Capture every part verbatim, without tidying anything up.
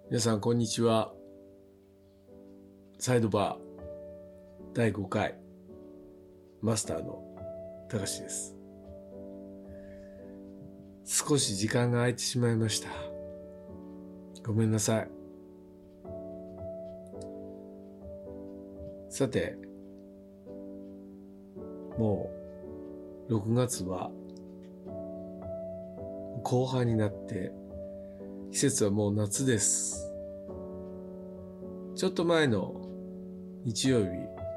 皆さんこんにちは。サイドバーだいごかいマスターのたかしです。少し時間が空いてしまいました。ごめんなさい。さて、もうろくがつは後半になって季節はもう夏です。ちょっと前の日曜日、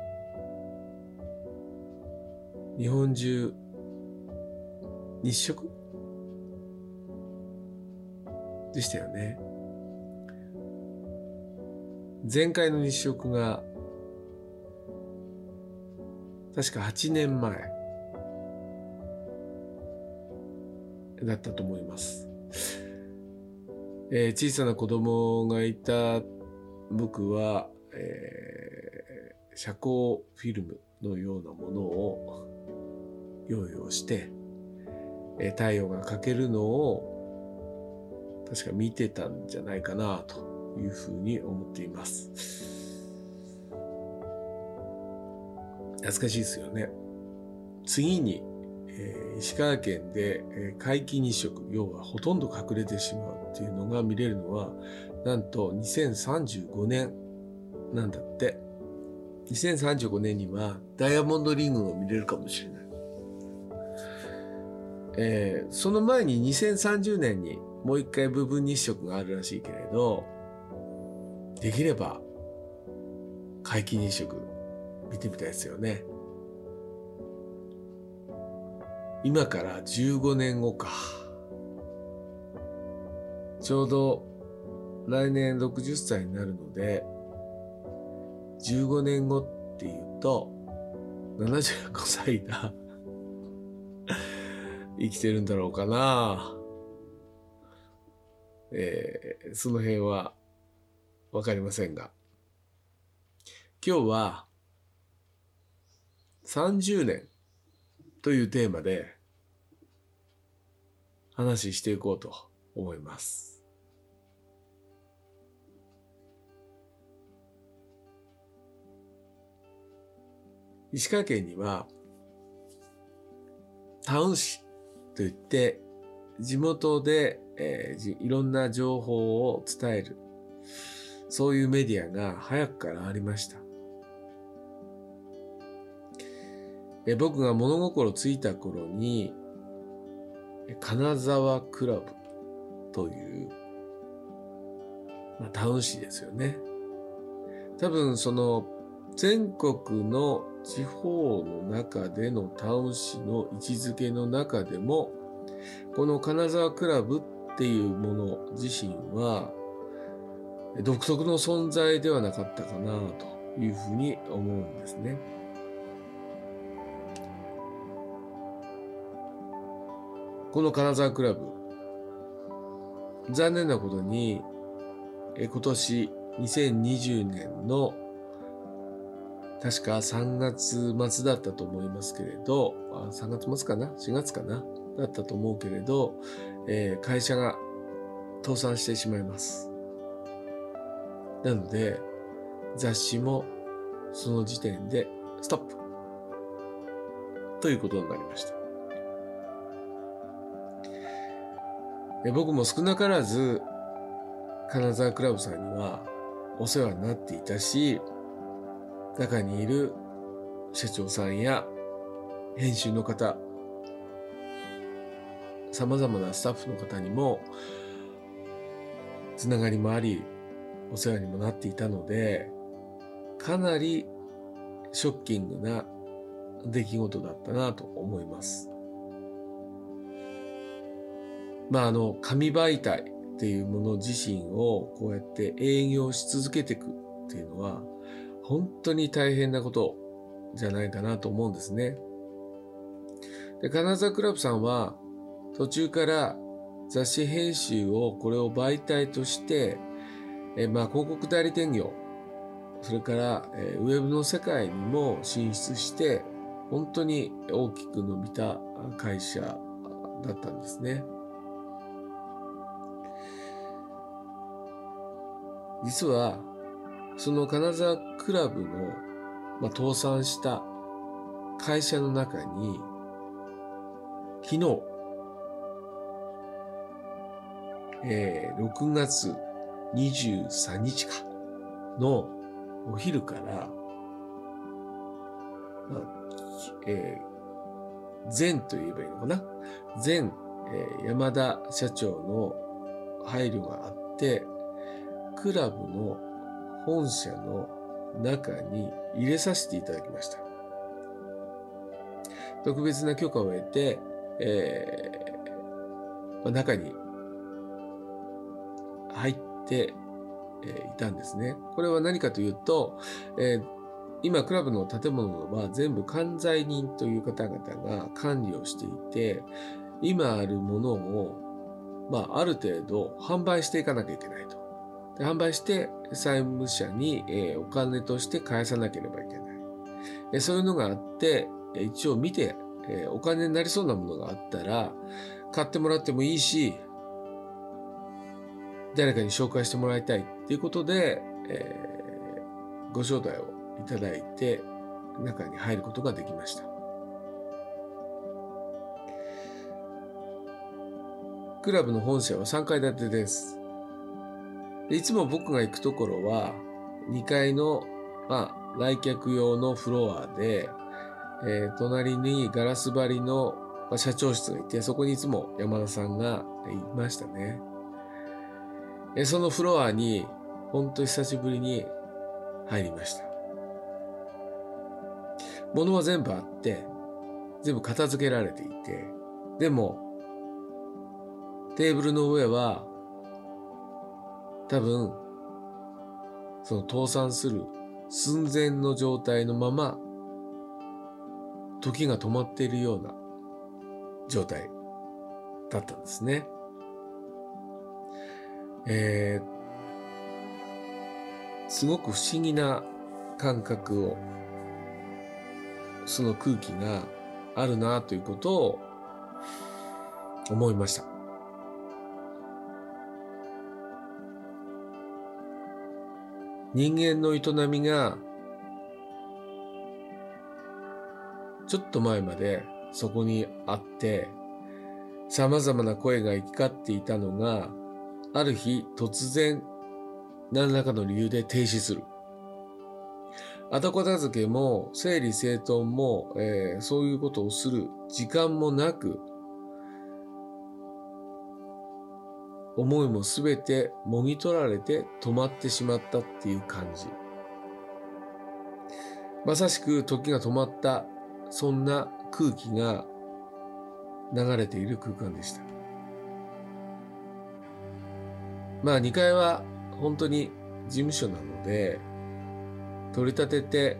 日本中日食でしたよね。前回の日食が確かはちねんまえだったと思います。えー、小さな子供がいた僕は、えー、遮光フィルムのようなものを用意をして、えー、太陽が欠けるのを確か見てたんじゃないかなというふうに思っています。懐かしいですよね。次に、えー、石川県で、えー、皆既日食、要はほとんど隠れてしまうっていうのが見れるのはなんとにせんさんじゅうごねんなんだって。にせんさんじゅうごねんにはダイヤモンドリングを見れるかもしれない。えー、その前ににせんさんじゅうねんにもう一回部分日食があるらしいけれど、できれば皆既日食見てみたいですよね。今からじゅうごねんごか。ちょうど来年ろくじゅっさいになるので、じゅうごねんごっていうとななじゅうごさいだ。生きてるんだろうかな。えー、その辺はわかりませんが、今日はさんじゅうねんというテーマで話していこうと思います。石川県にはタウン誌といって地元で、えー、いろんな情報を伝える、そういうメディアが早くからありました。えー、僕が物心ついた頃に金沢クラブという、まあ、タウン誌ですよね。多分その全国の地方の中でのタウン誌の位置づけの中でも、この金沢クラブっていうもの自身は独特の存在ではなかったかなというふうに思うんですね。この金沢クラブ、残念なことに今年にせんにじゅうねんの確かさんがつまつだったと思いますけれど、あさんがつまつかなしがつかなだったと思うけれど、えー、会社が倒産してしまいます。なので雑誌もその時点でストップということになりました。え僕も少なからず金沢クラブさんにはお世話になっていたし、中にいる社長さんや編集の方、さまざまなスタッフの方にもつながりもあり、お世話にもなっていたので、かなりショッキングな出来事だったなと思います。まああの紙媒体っていうもの自身をこうやって営業し続けていくっていうのは本当に大変なことじゃないかなと思うんですね。で、金沢クラブさんは途中から雑誌編集をこれを媒体としてえまあ広告代理店業、それから、えー、ウェブの世界にも進出して本当に大きく伸びた会社だったんですね。 実はその金沢クラブの、まあ、倒産した会社の中に昨日、えー、ろくがつにじゅうさんにちかのお昼から、まあえー、前と言えばいいのかな、前、えー、山田社長の配慮があってクラブの本社の中に入れさせていただきました。特別な許可を得て、えーまあ、中に入って、えー、いたんですね。これは何かというと、えー、今クラブの建物は全部管財人という方々が管理をしていて、今あるものを、まあ、ある程度販売していかなきゃいけないと。で販売して債務者に、えー、お金として返さなければいけない。えそういうのがあって、一応見て、えー、お金になりそうなものがあったら買ってもらってもいいし、誰かに紹介してもらいたいっていうことで、えー、ご招待をいただいて中に入ることができました。クラブの本社はさんがい建てです。でいつも僕が行くところはにかいの、まあ、来客用のフロアで、えー、隣にガラス張りの社長室がいて、そこにいつも山田さんがいましたね。えー、そのフロアに本当に久しぶりに入りました。物は全部あって全部片付けられていて、でもテーブルの上は多分その倒産する寸前の状態のまま時が止まっているような状態だったんですね。えー、すごく不思議な感覚を、その空気があるなということを思いました。人間の営みがちょっと前までそこにあって、様々な声が行き交っていたのが、ある日突然何らかの理由で停止する。後片付けも整理整頓も、えー、そういうことをする時間もなく、思いもすべてもぎ取られて止まってしまったっていう感じ。まさしく時が止まった、そんな空気が流れている空間でした。まあにかいは本当に事務所なので、取り立てて、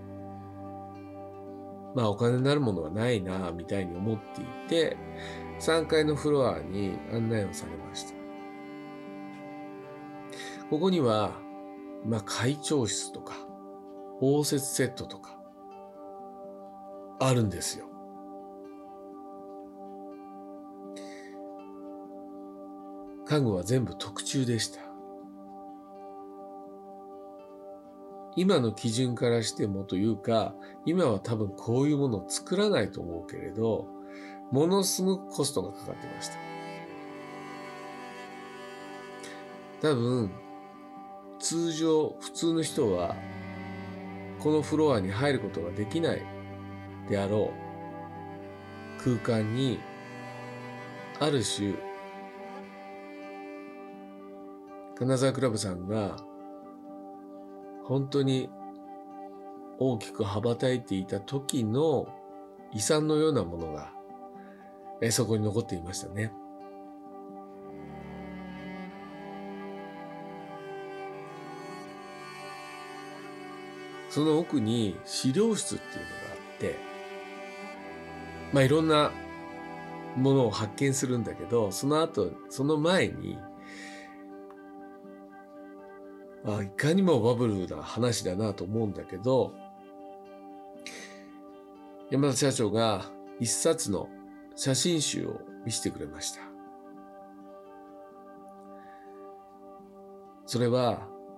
まあお金になるものはないなみたいに思っていて、さんがいのフロアに案内をされました。ここには、まあ会長室とか応接セットとかあるんですよ。家具は全部特注でした。今の基準からしてもというか、今は多分こういうものを作らないと思うけれど、ものすごくコストがかかってました。多分通常普通の人はこのフロアに入ることができないであろう空間に、ある種金沢クラブさんが本当に大きく羽ばたいていた時の遺産のようなものがえそこに残っていましたね。その奥に資料室っていうのがあって、まあいろんなものを発見するんだけど、その後その前に、あ、いかにもバブルな話だなと思うんだけど、山田社長が一冊の写真集を見せてくれました。それは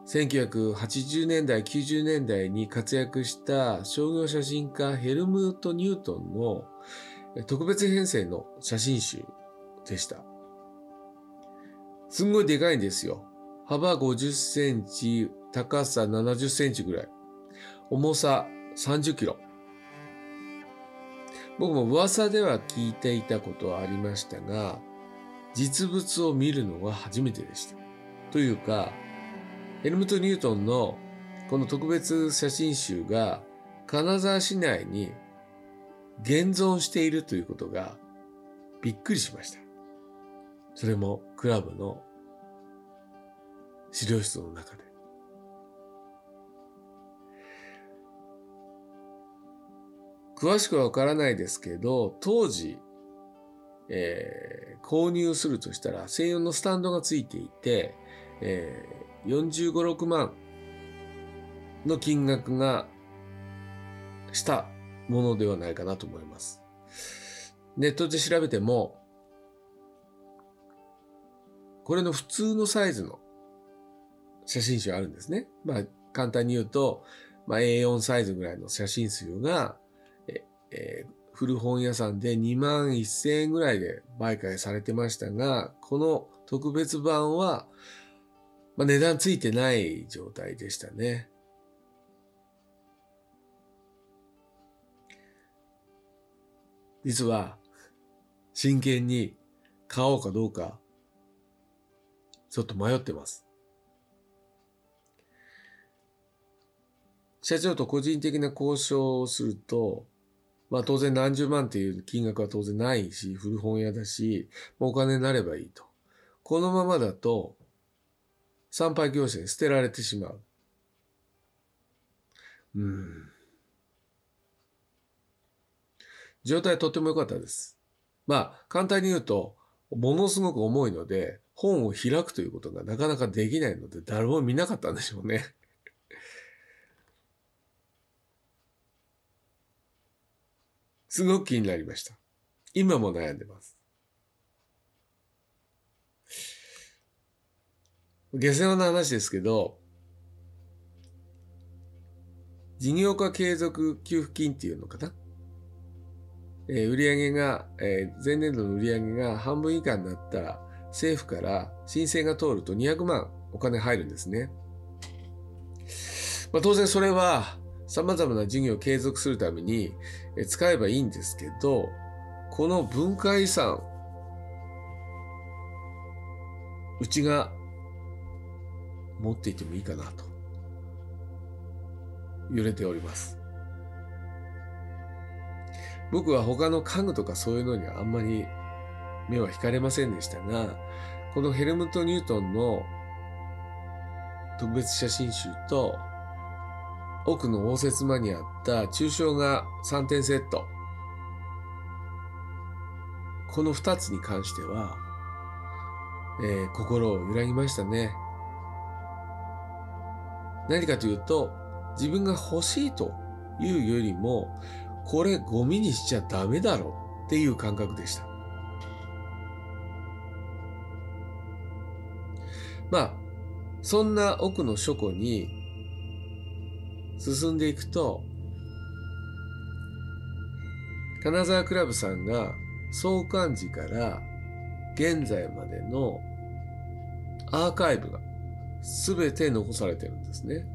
せんきゅうひゃくはちじゅうねんだい、きゅうじゅうねんだいに活躍した商業写真家ヘルムート・ニュートンの特別編成の写真集でした。すんごいでかいんですよ。幅ごじゅっセンチ、高さななじゅっセンチぐらい。重ささんじゅっキロ。僕も噂では聞いていたことはありましたが、実物を見るのは初めてでした。というか、ヘルムト・ニュートンのこの特別写真集が金沢市内に現存しているということがびっくりしました。それもクラブの資料室の中で。詳しくはわからないですけど、当時、えー、購入するとしたら専用のスタンドがついていて、えー、よんじゅうご、ろくまんの金額がしたものではないかなと思います。ネットで調べても、これの普通のサイズの写真集あるんですね。まあ、簡単に言うと、まあ、エーよん サイズぐらいの写真集が、ええー、古本屋さんでにまんせんえんぐらいで売買されてましたが、この特別版は、まあ、値段ついてない状態でしたね。実は、真剣に買おうかどうか、ちょっと迷ってます。社長と個人的な交渉をすると、まあ当然何十万っていう金額は当然ないし、古本屋だし、お金になればいいと。このままだと、産廃業者に捨てられてしまう。うん。状態はとっても良かったです。まあ簡単に言うと、ものすごく重いので、本を開くということがなかなかできないので、誰も見なかったんでしょうね。すごく気になりました。今も悩んでます。下世話な話ですけど、事業化継続給付金っていうのかな。えー、売上が、えー、前年度の売上が半分以下になったら、政府から申請が通るとにひゃくまんお金入るんですね。まあ、当然それは様々な事業を継続するために使えばいいんですけど、この文化遺産、うちが持っていてもいいかなと揺れております。僕は他の家具とかそういうのにはあんまり目は惹かれませんでしたが、このヘルムト・ニュートンの特別写真集と奥の応接間にあった抽象画さんてんセット、このふたつに関しては、えー、心を揺らぎましたね。何かというと、自分が欲しいというよりも、これゴミにしちゃダメだろっていう感覚でした。まあ、そんな奥の書庫に進んでいくと、金沢クラブさんが創刊時から現在までのアーカイブが全て残されてるんですね。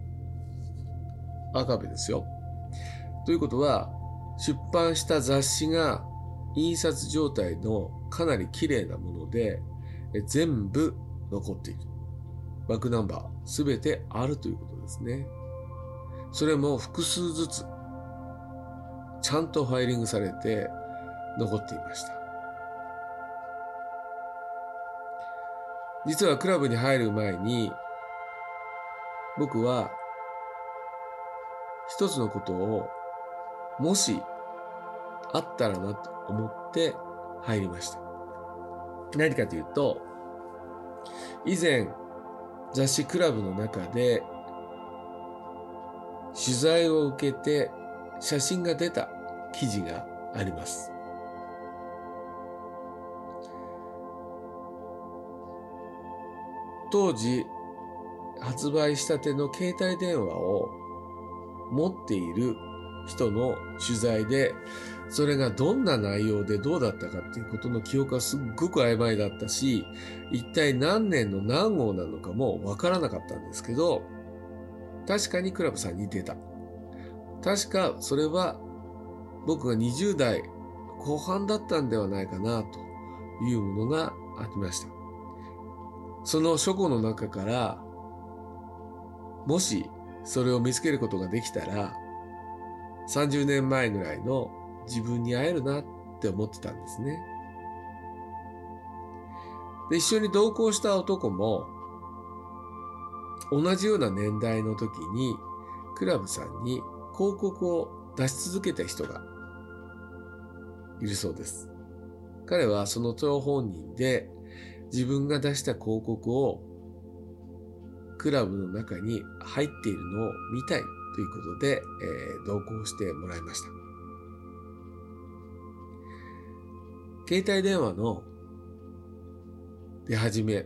アーカイブですよ。ということは、出版した雑誌が印刷状態のかなり綺麗なもので、全部残っている。バックナンバー全てあるということですね。それも複数ずつちゃんとファイリングされて残っていました。実はクラブに入る前に、僕は一つのことをもしあったらなと思って入りました。何かというと、以前雑誌クラブの中で取材を受けて写真が出た記事があります。当時発売したての携帯電話を持っている人の取材で、それがどんな内容でどうだったかっていうことの記憶がすっごく曖昧だったし、一体何年の何号なのかもわからなかったんですけど、確かにクラブさんに出た。確かそれは僕がにじゅう代後半だったんではないかなというものがありました。その書庫の中から、もしそれを見つけることができたら、さんじゅうねんまえぐらいの自分に会えるなって思ってたんですね。で、一緒に同行した男も、同じような年代の時に、クラブさんに広告を出し続けた人がいるそうです。彼はその張本人で、自分が出した広告をクラブの中に入っているのを見たいということで、えー、同行してもらいました。携帯電話の出始め、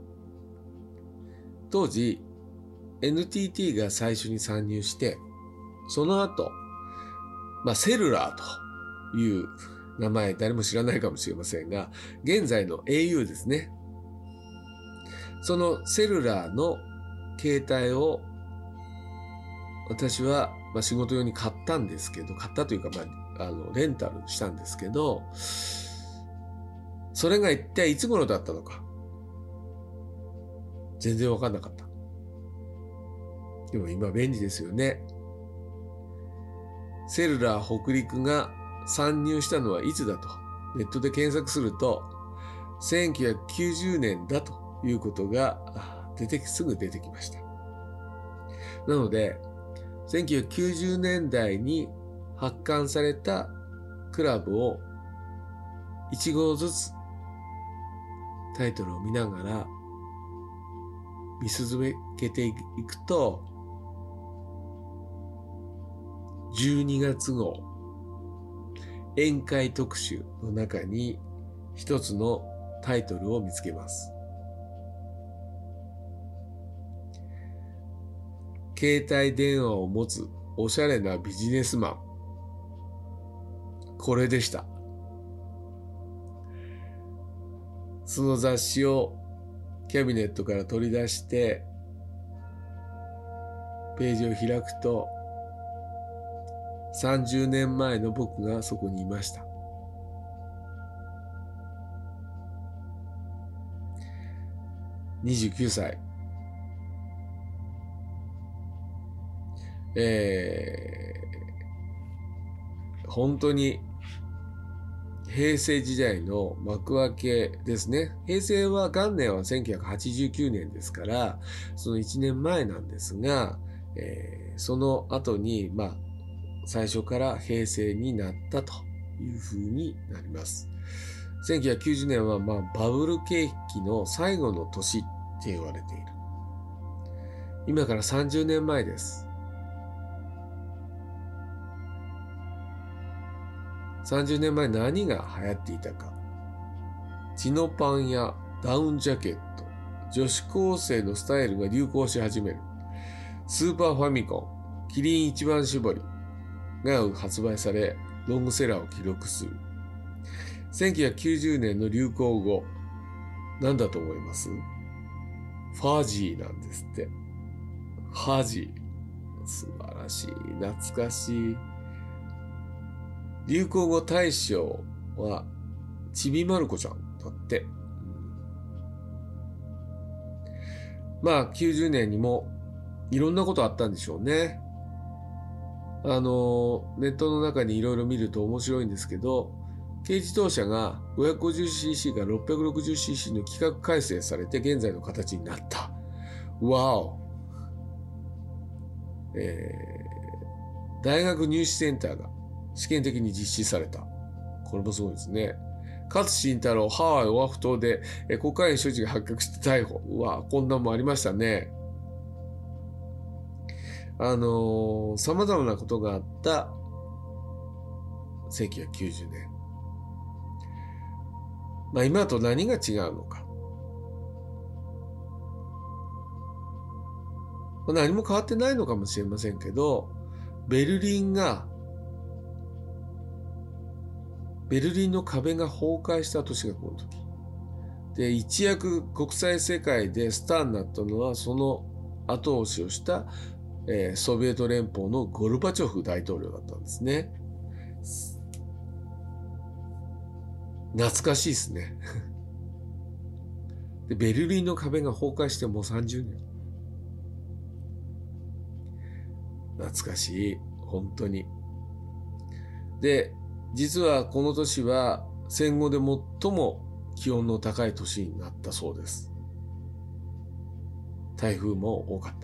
当時 エヌティーティー が最初に参入して、その後、まあ、セルラーという名前誰も知らないかもしれませんが、現在の エーユー ですね。そのセルラーの携帯を私はまあ仕事用に買ったんですけど、買ったというか、まあ、あのレンタルしたんですけど、それが一体いつ頃だったのか全然分かんなかった。でも今便利ですよね。セルラー北陸が参入したのはいつだとネットで検索するとせんきゅうひゃくきゅうじゅうねんだということが出てすぐ出てきました。なのでせんきゅうひゃくきゅうじゅうねんだいに発刊されたクラブをいち号ずつタイトルを見ながら見進めていくと、じゅうにがつ号宴会特集の中に一つのタイトルを見つけます。携帯電話を持つおしゃれなビジネスマン。これでした。その雑誌をキャビネットから取り出してページを開くと、さんじゅうねんまえの僕がそこにいました。にじゅうきゅうさい。えー、本当に平成時代の幕開けですね。平成は元年はせんきゅうひゃくはちじゅうきゅうねんですから、そのいちねんまえなんですが、えー、その後に、まあ、最初から平成になったというふうになります。せんきゅうひゃくきゅうじゅうねんは、まあ、バブル景気の最後の年って言われている。今からさんじゅうねんまえです。さんじゅうねんまえ何が流行っていたか。チノパンやダウンジャケット、女子高生のスタイルが流行し始める。スーパーファミコン、キリン一番搾りが発売され、ロングセラーを記録する。せんきゅうひゃくきゅうじゅうねんの流行語、何だと思います？ファジーなんですって。ファジー。素晴らしい。懐かしい。流行語大賞はちびまる子ちゃんだって。まあきゅうじゅうねんにもいろんなことあったんでしょうね。あのネットの中にいろいろ見ると面白いんですけど、軽自動車が ごひゃくごじゅうシーシー から ろっぴゃくろくじゅうシーシー の規格改正されて現在の形になった。わお。えー、大学入試センターが試験的に実施された。これもすごいですね。勝新太郎、ハワイオアフ島でコカイン所持が発覚して逮捕。うわ、こんなんもありましたね。あのー、様々なことがあったせんきゅうひゃくきゅうじゅうねん。まあ今と何が違うのか。 何も変わってないのかもしれませんけど、ベルリンが、ベルリンの壁が崩壊した年がこの時。で、一躍国際世界でスターになったのは、その後押しをした、えー、ソビエト連邦のゴルバチョフ大統領だったんですね。懐かしいですね。で、ベルリンの壁が崩壊してもうさんじゅうねん。懐かしい。本当に。で、実はこの年は戦後で最も気温の高い年になったそうです。台風も多かった。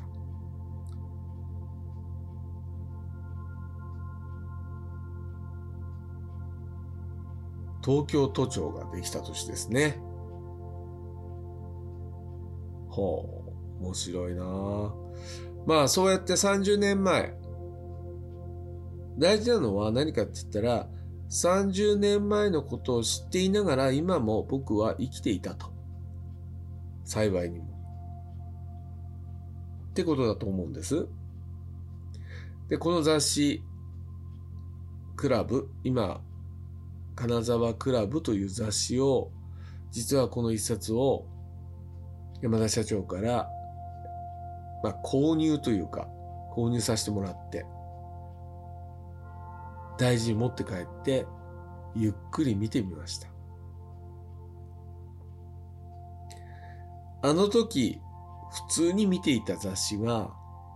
東京都庁ができた年ですね。ほう、面白いなあ。まあそうやってさんじゅうねんまえ、大事なのは何かって言ったら、さんじゅうねんまえのことを知っていながら今も僕は生きていたと。幸いにも。ってことだと思うんです。で、この雑誌、クラブ、今、金沢クラブという雑誌を、実はこの一冊を山田社長から、まあ、購入というか、購入させてもらって、大事に持って帰って、ゆっくり見てみました。あの時、普通に見ていた雑誌が、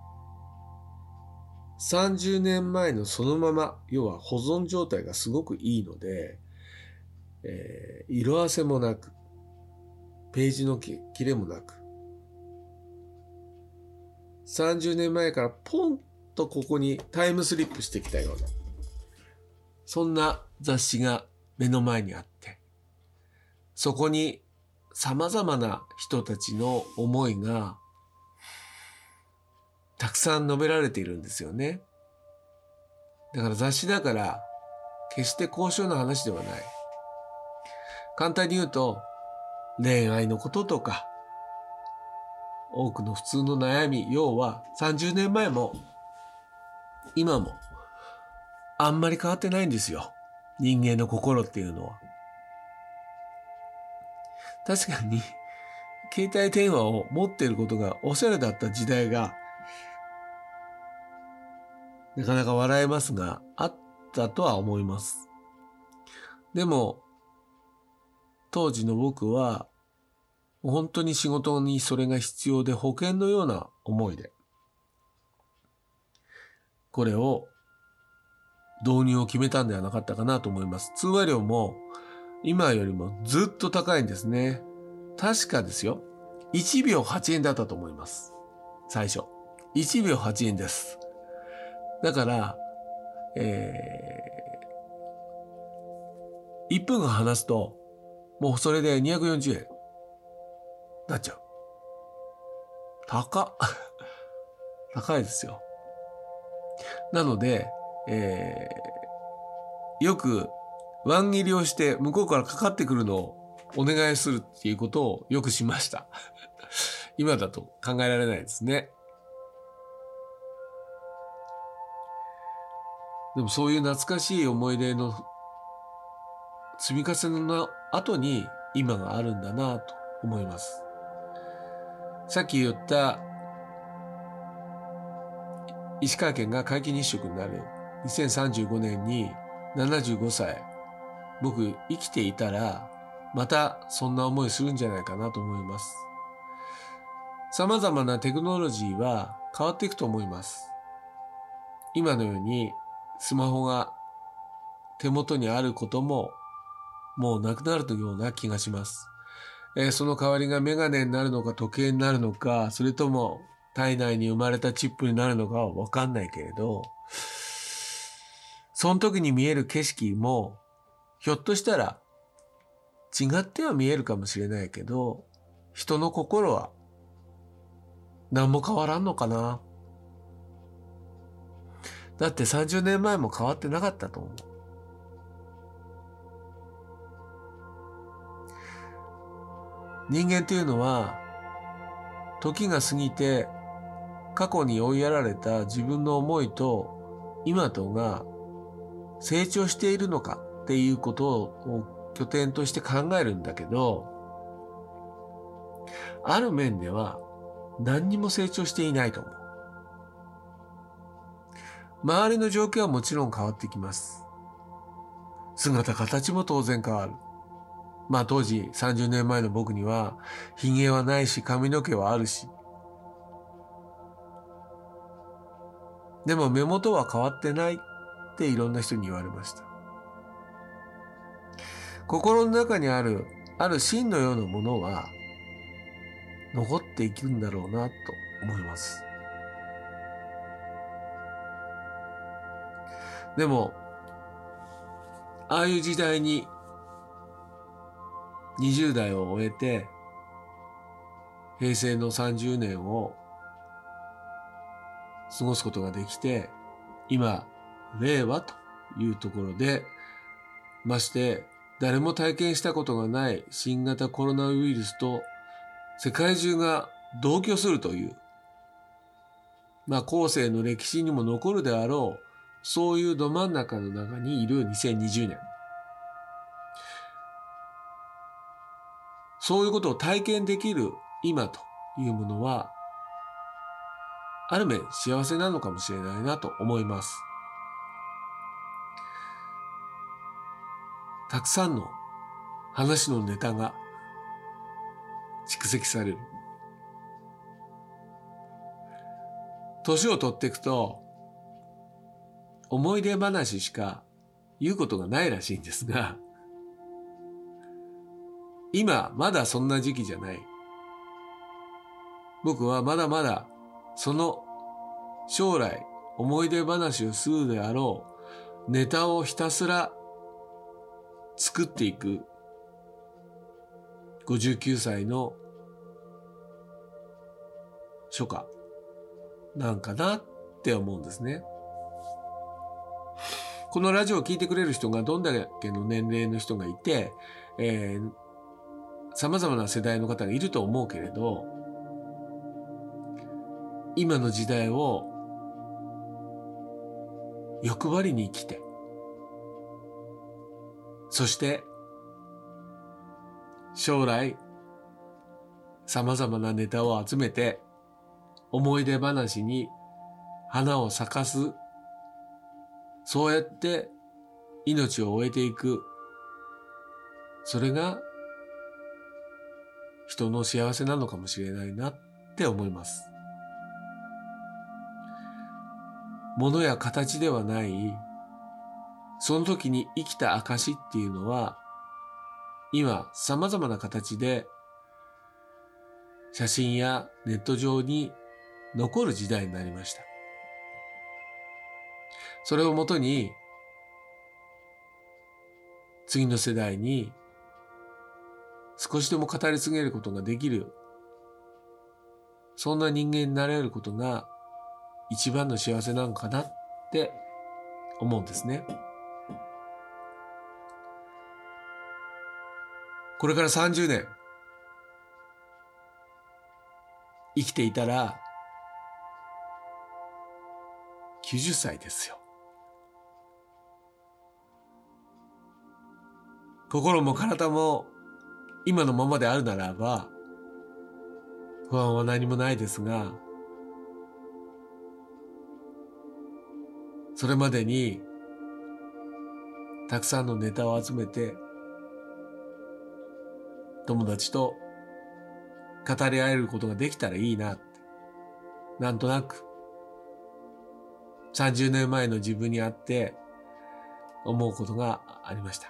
さんじゅうねんまえのそのまま、要は保存状態がすごくいいので、えー、色あせもなく、ページの切れもなく、さんじゅうねんまえからポンとここにタイムスリップしてきたような、そんな雑誌が目の前にあって、そこに様々な人たちの思いがたくさん述べられているんですよね。だから雑誌だから決して高尚な話ではない。簡単に言うと恋愛のこととか多くの普通の悩み、要はさんじゅうねんまえも今もあんまり変わってないんですよ。人間の心っていうのは。確かに携帯電話を持っていることがおしゃれだった時代がなかなか笑えますがあったとは思います。でも当時の僕は本当に仕事にそれが必要で保険のような思いでこれを導入を決めたんではなかったかなと思います。通話料も今よりもずっと高いんですね。確かですよ。いちびょうはちえんだったと思います。最初。いちびょうはちえんです。だから、えー、いっぷんかん話すと、もうそれでにひゃくよんじゅうえんなっちゃう。高っ。高いですよ。なので、えー、よくワン切りをして向こうからかかってくるのをお願いするっていうことをよくしました。今だと考えられないですね。でもそういう懐かしい思い出の積み重ねの後に今があるんだなと思います。さっき言った石川県が皆既日食になるにせんさんじゅうごねんにななじゅうごさい、僕生きていたらまたそんな思いするんじゃないかなと思います。様々なテクノロジーは変わっていくと思います。今のようにスマホが手元にあることももうなくなるような気がします。えー、その代わりがメガネになるのか時計になるのか、それとも体内に生まれたチップになるのかはわかんないけれど、その時に見える景色もひょっとしたら違っては見えるかもしれないけど、人の心は何も変わらんのかな。だってさんじゅうねんまえも変わってなかったと思う。人間というのは時が過ぎて過去に追いやられた自分の思いと今とが成長しているのかっていうことを拠点として考えるんだけど、ある面では何にも成長していないと思う。周りの状況はもちろん変わってきます。姿形も当然変わる。まあ当時さんじゅうねんまえの僕には髭はないし髪の毛はあるし、でも目元は変わってないっていろんな人に言われました。心の中にあるある芯のようなものは残っていくんだろうなと思います。でもああいう時代ににじゅう代を終えて平成のさんじゅうねんを過ごすことができて、今令和というところで、まして誰も体験したことがない新型コロナウイルスと世界中が同居するという、まあ後世の歴史にも残るであろう、そういうど真ん中の中にいるにせんにじゅうねん。そういうことを体験できる今というものは、ある面幸せなのかもしれないなと思います。たくさんの話のネタが蓄積される。年を取っていくと、思い出話しか言うことがないらしいんですが、今まだそんな時期じゃない。僕はまだまだその将来思い出話をするであろうネタをひたすら作っていくごじゅうきゅうさいの初夏なんかなって思うんですね。このラジオを聞いてくれる人がどんだけの年齢の人がいて、えー、様々な世代の方がいると思うけれど、今の時代を欲張りに生きて、そして将来様々なネタを集めて思い出話に花を咲かす、そうやって命を終えていく、それが人の幸せなのかもしれないなって思います。物や形ではない、その時に生きた証っていうのは、今様々な形で写真やネット上に残る時代になりました。それをもとに次の世代に少しでも語り継げることができる、そんな人間になれることが一番の幸せなのかなって思うんですね。これからさんじゅうねん生きていたらきゅうじゅっさいですよ。心も体も今のままであるならば不安は何もないですが、それまでにたくさんのネタを集めて友達と語り合えることができたらいいなって、なんとなくさんじゅうねんまえの自分に会って思うことがありました。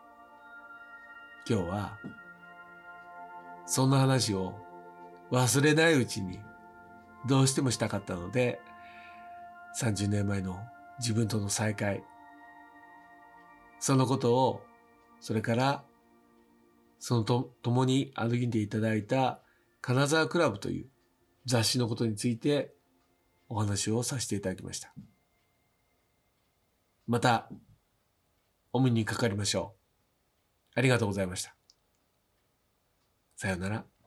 今日はそんな話を忘れないうちにどうしてもしたかったので、さんじゅうねんまえの自分との再会、そのことを、それからそのと共に歩いていただいた金沢クラブという雑誌のことについてお話をさせていただきました。またお目にかかりましょう。ありがとうございました。さようなら。